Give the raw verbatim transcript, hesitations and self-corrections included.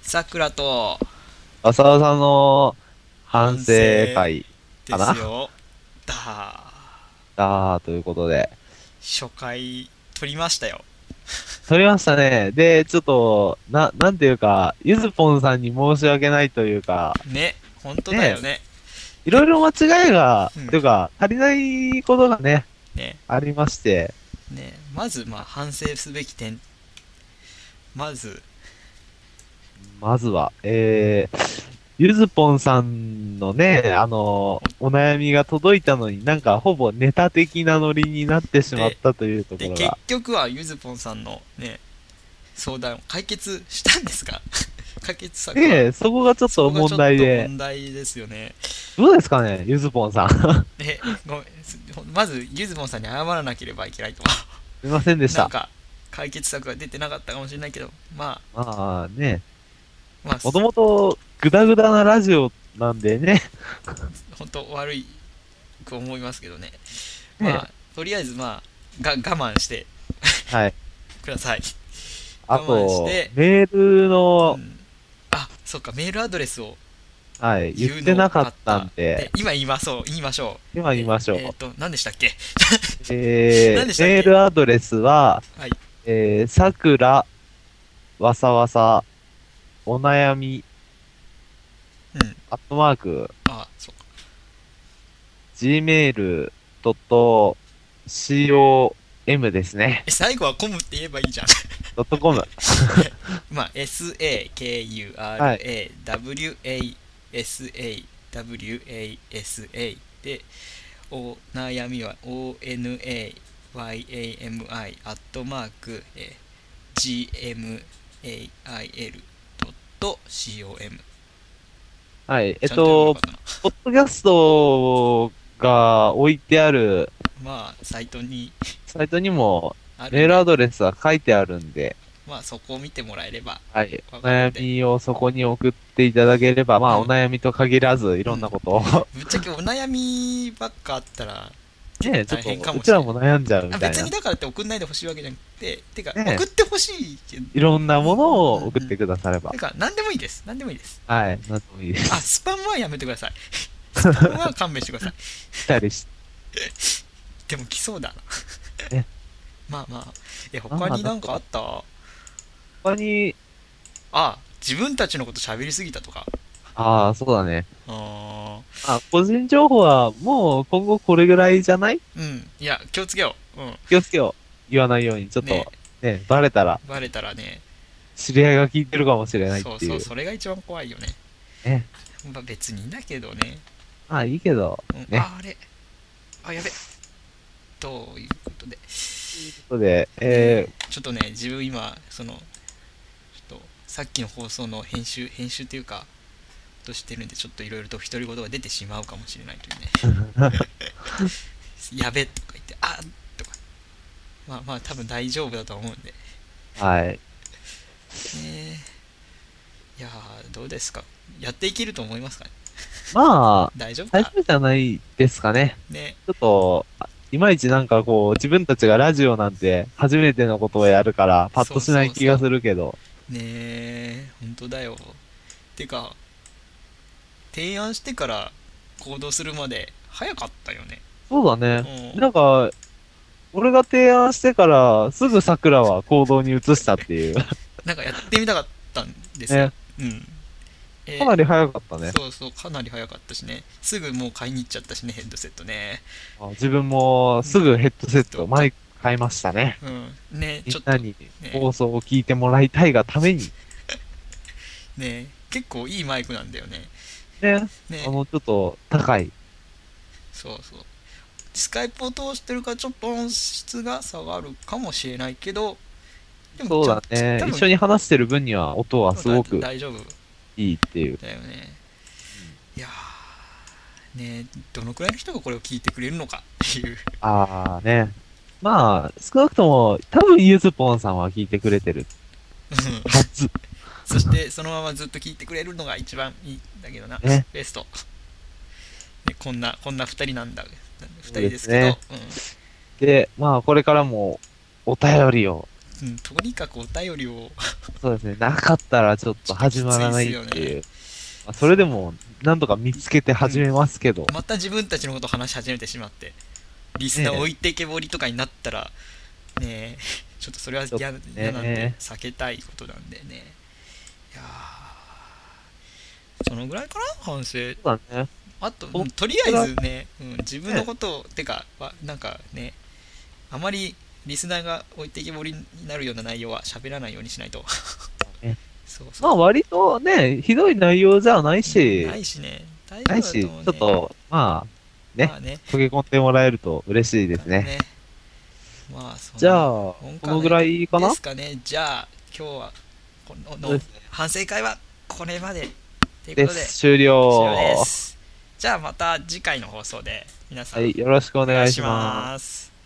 さくらと浅田さんの反省反省会でかなすよ。だだーということで。 初回撮りましたよ。 撮りましたね。で、ちょっと、な、なんていうか、ゆずぽんさんに申し訳ないというか、 ね、本当だよね、 ね。 いろいろ間違いが、 うん、 というか、足りないことがね、 ね、 ありまして、 ね、まずまあ反省すべき点。まず、 まずは、えー、ゆずぽんさんのね、あの、お悩みが届いたのになんかほぼネタ的なノリになってしまっで、 たというとで、結ころが、 局はゆずぽんさんのね、相談を解決したんですか？解決策は、 で、そこがちょっと問そこがちょっと題で、 問題ですよね。 どうですかね、ゆずぽんさん。すで、ごめん、すまずゆずぽんさんに謝らなければいけないと思いませんでう。 した。 なんか、解決策が出てなかったかもしれないけど、ままあね、 あ、まあ、 もともとグダグダなラジオなんでね。 本当悪いく思いますけどね。まね、 あ、とりあえずまあ、が我慢してはい。 ください。 あ我慢しと、 て、 メールの、 うん、あ、そっか、メールアドレスをはい、言っ言うのをてなかっ買った。 たんで、 で、今言いましょう、言いましょう。 今言いえ、 ましょう。 えーと、何でしたっけ？ えー、 何でしたっけ？ メールアドレスは、 はい。 えー、さくら、わさわさ、お悩み、 うん。 アットマーク、 あ、そうか。 gmail.com ですね。 え、最後はコムって言えばいいじゃん。 ドットコム。 まあ、 はい。 sakura-wasa-wasa で、お悩みは onayami アットマーク、えー gmail.com はい。えっちゃんと読めばよと、 かったな。 ポッドキャストが置いてあるまあ、サイトにサイトにもあるんで、 メールアドレスは書いてあるんで、 まあ、そこを見てもらえればはい。おわかるんで。 悩みをそこに送っていただければ、まあ、おうん。 悩みと限らず、いろんうん。 なことをぶっちゃけお悩みばっかあったら結構ね、ちょっ大変と、 かもしれない。 うちらも悩んじゃうみあ、 たいな。 別にだからって送んないでほしいわけじゃなくて、てか、送ね、 ってほしいけど、 いろんなうんうんものをうんうん。 送ってくだされば。 てか、何でもいいです。何でもいいです。 はい。なんともいいであ、 す。 スパムはやめてください。スパムは勘弁してください。 来たりしでも来そうだな。 て、ね。 まあまあ。え、 まあまあ、 他になんかあなんとか。 った？ 他に、 あ、自分たちのこと喋りすぎたとか。 ああ、そうだね。 あまあ、個人情報はもう今後これぐらいじゃない？ ー、うん。いや、気をつけよう。う気をつけよう。言わないように、ちょっん。ね、 と、ね、バレたら、 バレたらね、 知り合いが聞いてるかもしれないっそうそう、 ていう。 それが一番怖いよね。 ね。 まあ別にいいんだけどね。 まあ、いいけど、 うん、 ね。 あ、あれ。あ、やべ。ということで。 ということで、えね、ちょっとね、自分今、その、ちょっと、さっきの放送の編集、編集っていうか、としてるんで、ちょっといろいろと独り言が出てしまうかもしれないというね。 ー、 やべとか言って、あとか。まあまあ、多分大丈夫だと思うんで。 はい。 ね、いやー、どうですか？やっていけると思いますかね？ まあ、 大丈夫か大丈夫じゃないですかね。 ね。 ちょっと、あいまいちなんかこう、自分たちがラジオなんて初めてのことをやるから、パッそうとしない気がそうそするけど。 う。ねえ、本当だよ。てか、提案してから行動するまで早かったよね。 そうだね。 うん。 なんか、俺が提案してから、すぐ桜は行動に移したっていう。 なんかやってみたかったんですよ。 ね。 うん。えかなり早かったね。 そうそう、かなり早かったしね。すぐもう買いに行っちゃったしね、ヘッドセットね。 あ自分もすぐヘッドセット、マイク買いましたね。 うん。ね、ちょっと、 みんなにね、 放送を聞いてもらいたいがために。 ね、結構いいマイクなんだよね。 ね。あね、 の、ちょっと高い。 そうそう。スカイプを通してるからちょっと音質が下がるかもしれないけど、でもそうちゃん、 だね。 多分、 一緒に話してる分には音はすだごく大丈夫いいっていう。 だよね。いやー、ね、どのくらいの人がこれを聞いてくれるのかっていう。 ああね。まあ、少なくとも、多分ゆずぽんさんは聞いてくれてるはず。 そしてそのままずっと聞いてくれるのが一番いいんだけどな。 ね。 ベスト。ね、こんな、こんな二人なんだ。二そうで人ですけど、 すね。 うん。 で、まあ、これからもお便りをうん、とにかくお便りをそうですね。なかったらちょっと始まらないっていう。まあ、それでも、なんとか見つけて始めますけど。 また自分たちのことを話し始めてしまって、リスナー置いてけぼりとかになったら、ねえ、ちょっとそれは嫌、ね、嫌なんで、避けたいことなんでね。いやそのぐらいかな、反省。そうだね。 あと、うん、とりあえずね、うん、自分のことを、ね、てか、なんかね、あまりリスナーが置いてけぼりになるような内容は喋らないようにしないと。 そうそう、まあ割とね、ひどい内容じゃないし、 ないしね、 大丈夫だと思う、ね、ないし、ちょっと、まあ、ね、まあね、溶け込んでもらえると嬉しいですね。ね、まあ、そじゃあ、このぐらいかなですかね。じゃあ、今日は、この、の反省会はこれまでということで、終了。終了です。じゃあまた次回の放送で皆さん、はい、よろしくお願いします。